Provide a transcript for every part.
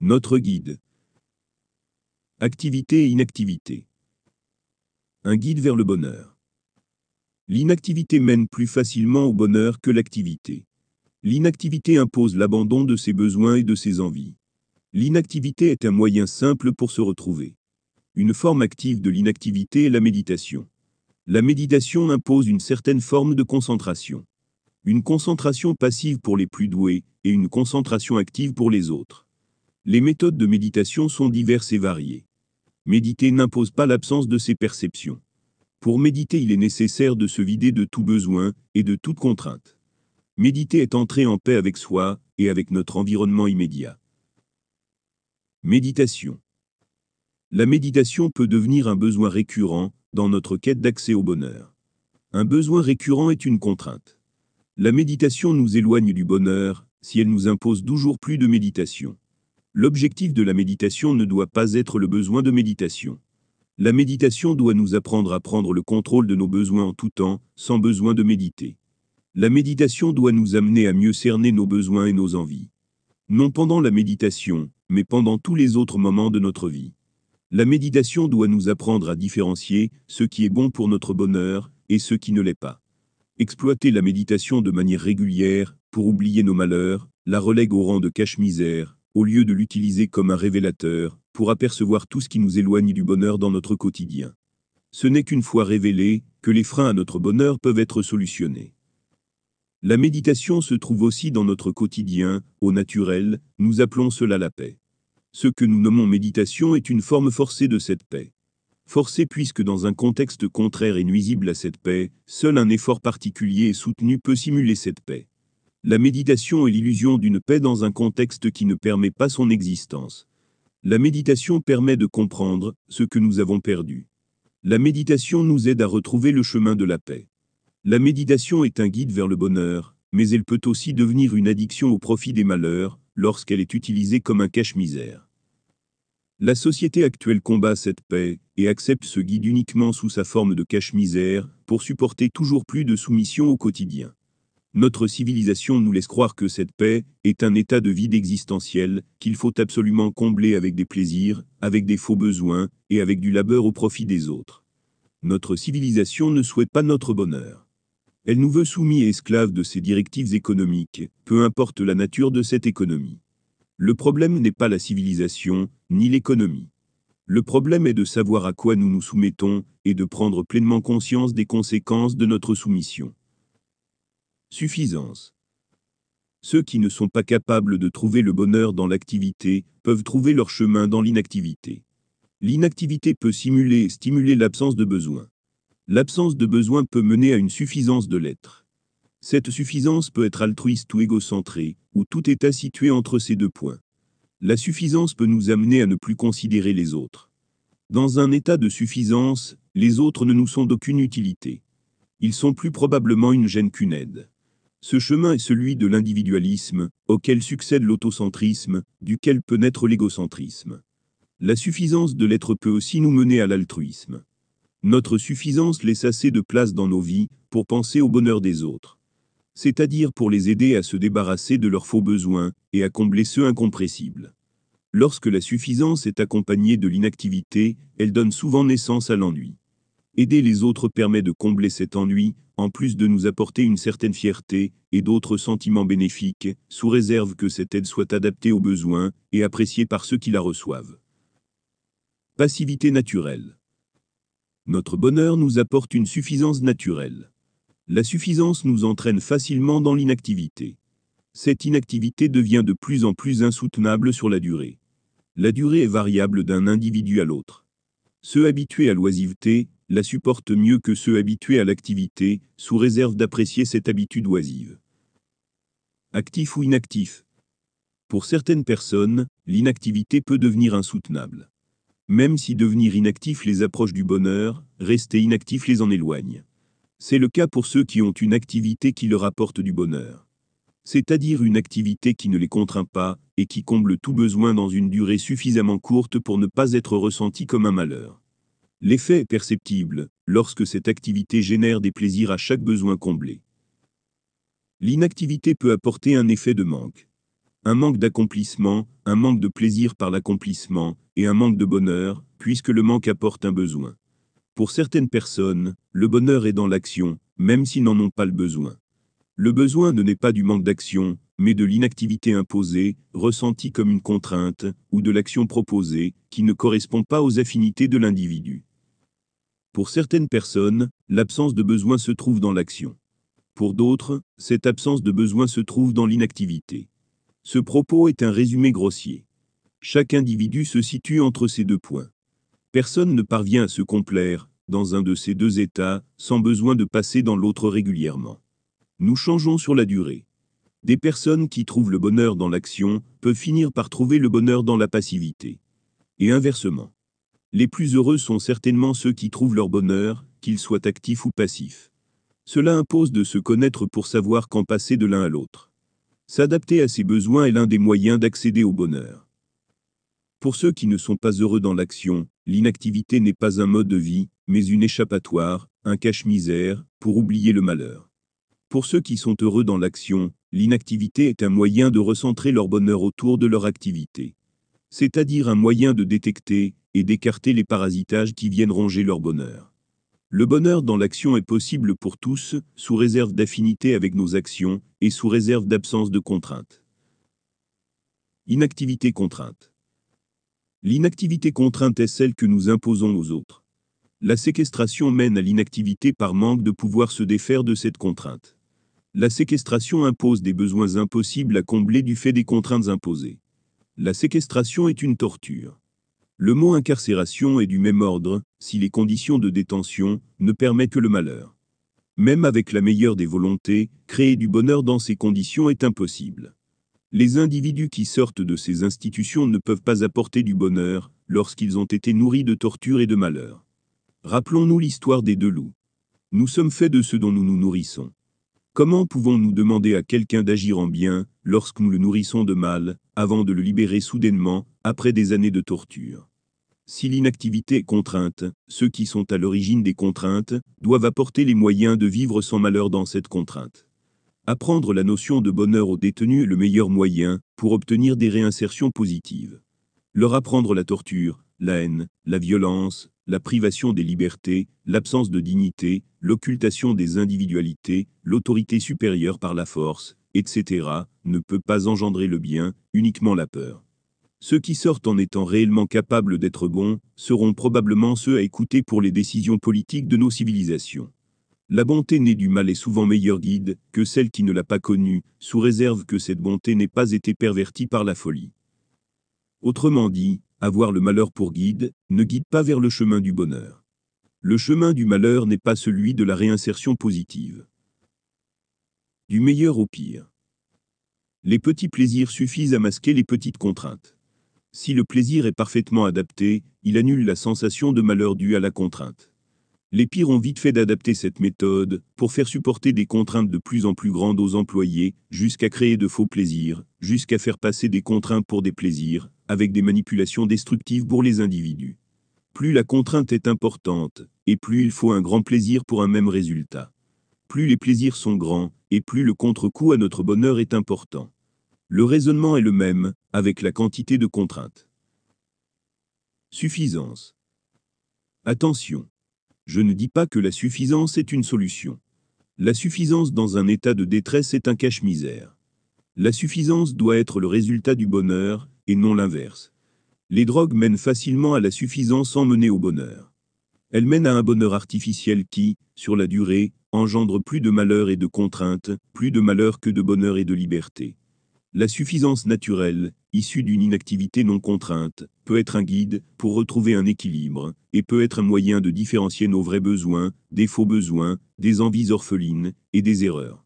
Notre guide. Activité et inactivité. Un guide vers le bonheur. L'inactivité mène plus facilement au bonheur que l'activité. L'inactivité impose l'abandon de ses besoins et de ses envies. L'inactivité est un moyen simple pour se retrouver. Une forme active de l'inactivité est la méditation. La méditation impose une certaine forme de concentration. Une concentration passive pour les plus doués et une concentration active pour les autres. Les méthodes de méditation sont diverses et variées. Méditer n'impose pas l'absence de ses perceptions. Pour méditer, il est nécessaire de se vider de tout besoin et de toute contrainte. Méditer est entrer en paix avec soi et avec notre environnement immédiat. Méditation. La méditation peut devenir un besoin récurrent dans notre quête d'accès au bonheur. Un besoin récurrent est une contrainte. La méditation nous éloigne du bonheur si elle nous impose toujours plus de méditation. L'objectif de la méditation ne doit pas être le besoin de méditation. La méditation doit nous apprendre à prendre le contrôle de nos besoins en tout temps, sans besoin de méditer. La méditation doit nous amener à mieux cerner nos besoins et nos envies. Non pendant la méditation, mais pendant tous les autres moments de notre vie. La méditation doit nous apprendre à différencier ce qui est bon pour notre bonheur et ce qui ne l'est pas. Exploiter la méditation de manière régulière, pour oublier nos malheurs, la relègue au rang de cache-misère, au lieu de l'utiliser comme un révélateur, pour apercevoir tout ce qui nous éloigne du bonheur dans notre quotidien. Ce n'est qu'une fois révélé que les freins à notre bonheur peuvent être solutionnés. La méditation se trouve aussi dans notre quotidien, au naturel, nous appelons cela la paix. Ce que nous nommons méditation est une forme forcée de cette paix. Forcée puisque dans un contexte contraire et nuisible à cette paix, seul un effort particulier et soutenu peut simuler cette paix. La méditation est l'illusion d'une paix dans un contexte qui ne permet pas son existence. La méditation permet de comprendre ce que nous avons perdu. La méditation nous aide à retrouver le chemin de la paix. La méditation est un guide vers le bonheur, mais elle peut aussi devenir une addiction au profit des malheurs, lorsqu'elle est utilisée comme un cache-misère. La société actuelle combat cette paix et accepte ce guide uniquement sous sa forme de cache-misère pour supporter toujours plus de soumission au quotidien. Notre civilisation nous laisse croire que cette paix est un état de vide existentiel qu'il faut absolument combler avec des plaisirs, avec des faux besoins et avec du labeur au profit des autres. Notre civilisation ne souhaite pas notre bonheur. Elle nous veut soumis et esclaves de ses directives économiques, peu importe la nature de cette économie. Le problème n'est pas la civilisation, ni l'économie. Le problème est de savoir à quoi nous nous soumettons et de prendre pleinement conscience des conséquences de notre soumission. Suffisance. Ceux qui ne sont pas capables de trouver le bonheur dans l'activité peuvent trouver leur chemin dans l'inactivité. L'inactivité peut simuler et stimuler l'absence de besoin. L'absence de besoin peut mener à une suffisance de l'être. Cette suffisance peut être altruiste ou égocentrée, ou tout état situé entre ces deux points. La suffisance peut nous amener à ne plus considérer les autres. Dans un état de suffisance, les autres ne nous sont d'aucune utilité. Ils sont plus probablement une gêne qu'une aide. Ce chemin est celui de l'individualisme, auquel succède l'autocentrisme, duquel peut naître l'égocentrisme. La suffisance de l'être peut aussi nous mener à l'altruisme. Notre suffisance laisse assez de place dans nos vies pour penser au bonheur des autres. C'est-à-dire pour les aider à se débarrasser de leurs faux besoins et à combler ceux incompressibles. Lorsque la suffisance est accompagnée de l'inactivité, elle donne souvent naissance à l'ennui. Aider les autres permet de combler cet ennui, en plus de nous apporter une certaine fierté et d'autres sentiments bénéfiques, sous réserve que cette aide soit adaptée aux besoins et appréciée par ceux qui la reçoivent. Passivité naturelle. Notre bonheur nous apporte une suffisance naturelle. La suffisance nous entraîne facilement dans l'inactivité. Cette inactivité devient de plus en plus insoutenable sur la durée. La durée est variable d'un individu à l'autre. Ceux habitués à l'oisiveté la supportent mieux que ceux habitués à l'activité, sous réserve d'apprécier cette habitude oisive. Actif ou inactif. Pour certaines personnes, l'inactivité peut devenir insoutenable. Même si devenir inactif les approche du bonheur, rester inactif les en éloigne. C'est le cas pour ceux qui ont une activité qui leur apporte du bonheur. C'est-à-dire une activité qui ne les contraint pas et qui comble tout besoin dans une durée suffisamment courte pour ne pas être ressentie comme un malheur. L'effet est perceptible lorsque cette activité génère des plaisirs à chaque besoin comblé. L'inactivité peut apporter un effet de manque. un manque d'accomplissement, un manque de plaisir par l'accomplissement, et un manque de bonheur, puisque le manque apporte un besoin. Pour certaines personnes, le bonheur est dans l'action, même s'ils n'en ont pas le besoin. Le besoin ne naît pas du manque d'action, mais de l'inactivité imposée, ressentie comme une contrainte, ou de l'action proposée, qui ne correspond pas aux affinités de l'individu. Pour certaines personnes, l'absence de besoin se trouve dans l'action. Pour d'autres, cette absence de besoin se trouve dans l'inactivité. Ce propos est un résumé grossier. Chaque individu se situe entre ces deux points. Personne ne parvient à se complaire, dans un de ces deux états, sans besoin de passer dans l'autre régulièrement. Nous changeons sur la durée. Des personnes qui trouvent le bonheur dans l'action peuvent finir par trouver le bonheur dans la passivité. Et inversement. Les plus heureux sont certainement ceux qui trouvent leur bonheur, qu'ils soient actifs ou passifs. Cela impose de se connaître pour savoir quand passer de l'un à l'autre. S'adapter à ses besoins est l'un des moyens d'accéder au bonheur. Pour ceux qui ne sont pas heureux dans l'action, l'inactivité n'est pas un mode de vie, mais une échappatoire, un cache-misère, pour oublier le malheur. Pour ceux qui sont heureux dans l'action, l'inactivité est un moyen de recentrer leur bonheur autour de leur activité. C'est-à-dire un moyen de détecter et d'écarter les parasitages qui viennent ronger leur bonheur. Le bonheur dans l'action est possible pour tous, sous réserve d'affinité avec nos actions et sous réserve d'absence de contraintes. Inactivité contrainte. L'inactivité contrainte est celle que nous imposons aux autres. La séquestration mène à l'inactivité par manque de pouvoir se défaire de cette contrainte. La séquestration impose des besoins impossibles à combler du fait des contraintes imposées. La séquestration est une torture. Le mot incarcération est du même ordre, si les conditions de détention ne permettent que le malheur. Même avec la meilleure des volontés, créer du bonheur dans ces conditions est impossible. Les individus qui sortent de ces institutions ne peuvent pas apporter du bonheur, lorsqu'ils ont été nourris de torture et de malheur. Rappelons-nous l'histoire des deux loups. Nous sommes faits de ce dont nous nous nourrissons. Comment pouvons-nous demander à quelqu'un d'agir en bien, lorsque nous le nourrissons de mal, avant de le libérer soudainement, après des années de torture? Si l'inactivité est contrainte, ceux qui sont à l'origine des contraintes doivent apporter les moyens de vivre sans malheur dans cette contrainte. Apprendre la notion de bonheur aux détenus est le meilleur moyen pour obtenir des réinsertions positives. Leur apprendre la torture, la haine, la violence, la privation des libertés, l'absence de dignité, l'occultation des individualités, l'autorité supérieure par la force, etc., ne peut pas engendrer le bien, uniquement la peur. Ceux qui sortent en étant réellement capables d'être bons seront probablement ceux à écouter pour les décisions politiques de nos civilisations. La bonté née du mal est souvent meilleure guide que celle qui ne l'a pas connue, sous réserve que cette bonté n'ait pas été pervertie par la folie. Autrement dit, avoir le malheur pour guide ne guide pas vers le chemin du bonheur. Le chemin du malheur n'est pas celui de la réinsertion positive. Du meilleur au pire. Les petits plaisirs suffisent à masquer les petites contraintes. Si le plaisir est parfaitement adapté, il annule la sensation de malheur due à la contrainte. Les pires ont vite fait d'adapter cette méthode pour faire supporter des contraintes de plus en plus grandes aux employés, jusqu'à créer de faux plaisirs, jusqu'à faire passer des contraintes pour des plaisirs, avec des manipulations destructives pour les individus. Plus la contrainte est importante, et plus il faut un grand plaisir pour un même résultat. Plus les plaisirs sont grands, et plus le contre-coup à notre bonheur est important. Le raisonnement est le même, avec la quantité de contraintes. Suffisance. Attention. Je ne dis pas que la suffisance est une solution. La suffisance dans un état de détresse est un cache-misère. La suffisance doit être le résultat du bonheur, et non l'inverse. Les drogues mènent facilement à la suffisance sans mener au bonheur. Elles mènent à un bonheur artificiel qui, sur la durée, engendre plus de malheur et de contraintes, plus de malheur que de bonheur et de liberté. La suffisance naturelle, issue d'une inactivité non contrainte, peut être un guide pour retrouver un équilibre, et peut être un moyen de différencier nos vrais besoins, des faux besoins, des envies orphelines, et des erreurs.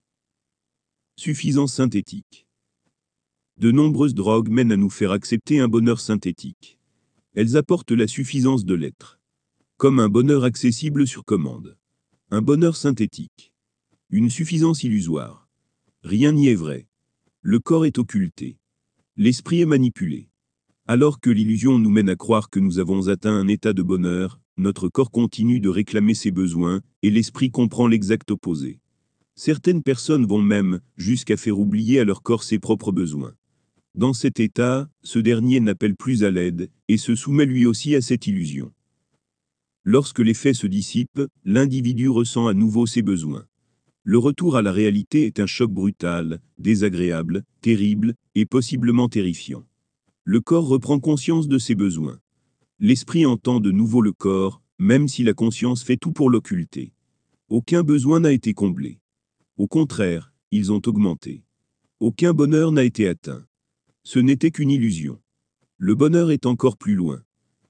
Suffisance synthétique. De nombreuses drogues mènent à nous faire accepter un bonheur synthétique. Elles apportent la suffisance de l'être. Comme un bonheur accessible sur commande. Un bonheur synthétique. Une suffisance illusoire. Rien n'y est vrai. Le corps est occulté. L'esprit est manipulé. Alors que l'illusion nous mène à croire que nous avons atteint un état de bonheur, notre corps continue de réclamer ses besoins, et l'esprit comprend l'exact opposé. Certaines personnes vont même jusqu'à faire oublier à leur corps ses propres besoins. Dans cet état, ce dernier n'appelle plus à l'aide, et se soumet lui aussi à cette illusion. Lorsque l'effet se dissipe, l'individu ressent à nouveau ses besoins. Le retour à la réalité est un choc brutal, désagréable, terrible, et possiblement terrifiant. Le corps reprend conscience de ses besoins. L'esprit entend de nouveau le corps, même si la conscience fait tout pour l'occulter. Aucun besoin n'a été comblé. Au contraire, ils ont augmenté. Aucun bonheur n'a été atteint. Ce n'était qu'une illusion. Le bonheur est encore plus loin.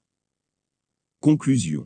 Conclusion.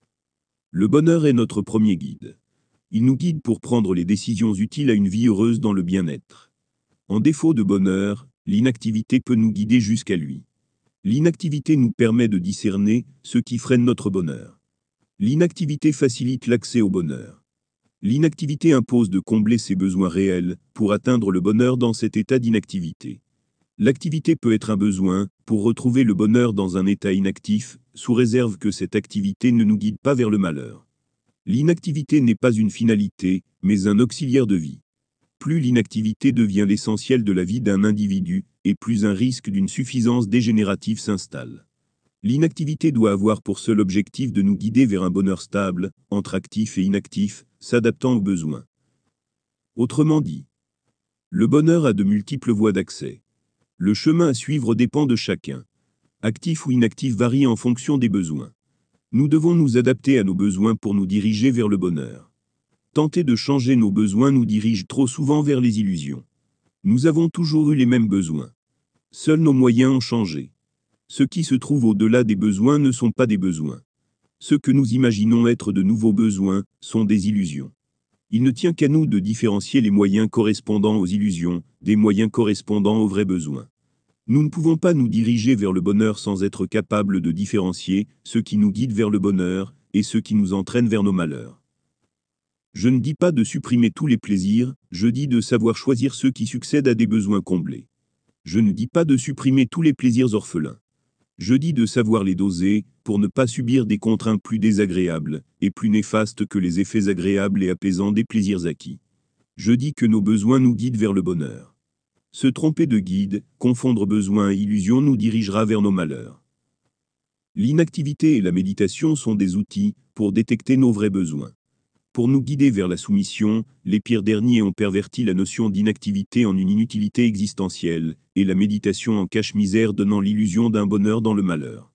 Le bonheur est notre premier guide. Il nous guide pour prendre les décisions utiles à une vie heureuse dans le bien-être. En défaut de bonheur, l'inactivité peut nous guider jusqu'à lui. L'inactivité nous permet de discerner ce qui freine notre bonheur. L'inactivité facilite l'accès au bonheur. L'inactivité impose de combler ses besoins réels pour atteindre le bonheur dans cet état d'inactivité. L'activité peut être un besoin pour retrouver le bonheur dans un état inactif, sous réserve que cette activité ne nous guide pas vers le malheur. L'inactivité n'est pas une finalité, mais un auxiliaire de vie. Plus l'inactivité devient l'essentiel de la vie d'un individu, et plus un risque d'une suffisance dégénérative s'installe. L'inactivité doit avoir pour seul objectif de nous guider vers un bonheur stable, entre actif et inactif, s'adaptant aux besoins. Autrement dit, le bonheur a de multiples voies d'accès. Le chemin à suivre dépend de chacun. Actif ou inactif varie en fonction des besoins. Nous devons nous adapter à nos besoins pour nous diriger vers le bonheur. Tenter de changer nos besoins nous dirige trop souvent vers les illusions. Nous avons toujours eu les mêmes besoins. Seuls nos moyens ont changé. Ce qui se trouve au-delà des besoins ne sont pas des besoins. Ce que nous imaginons être de nouveaux besoins sont des illusions. Il ne tient qu'à nous de différencier les moyens correspondant aux illusions des moyens correspondant aux vrais besoins. Nous ne pouvons pas nous diriger vers le bonheur sans être capables de différencier ce qui nous guide vers le bonheur et ce qui nous entraîne vers nos malheurs. Je ne dis pas de supprimer tous les plaisirs, je dis de savoir choisir ceux qui succèdent à des besoins comblés. Je ne dis pas de supprimer tous les plaisirs orphelins. Je dis de savoir les doser, pour ne pas subir des contraintes plus désagréables et plus néfastes que les effets agréables et apaisants des plaisirs acquis. Je dis que nos besoins nous guident vers le bonheur. Se tromper de guide, confondre besoin et illusion nous dirigera vers nos malheurs. L'inactivité et la méditation sont des outils pour détecter nos vrais besoins. Pour nous guider vers la soumission, les pires derniers ont perverti la notion d'inactivité en une inutilité existentielle, et la méditation en cache-misère donnant l'illusion d'un bonheur dans le malheur.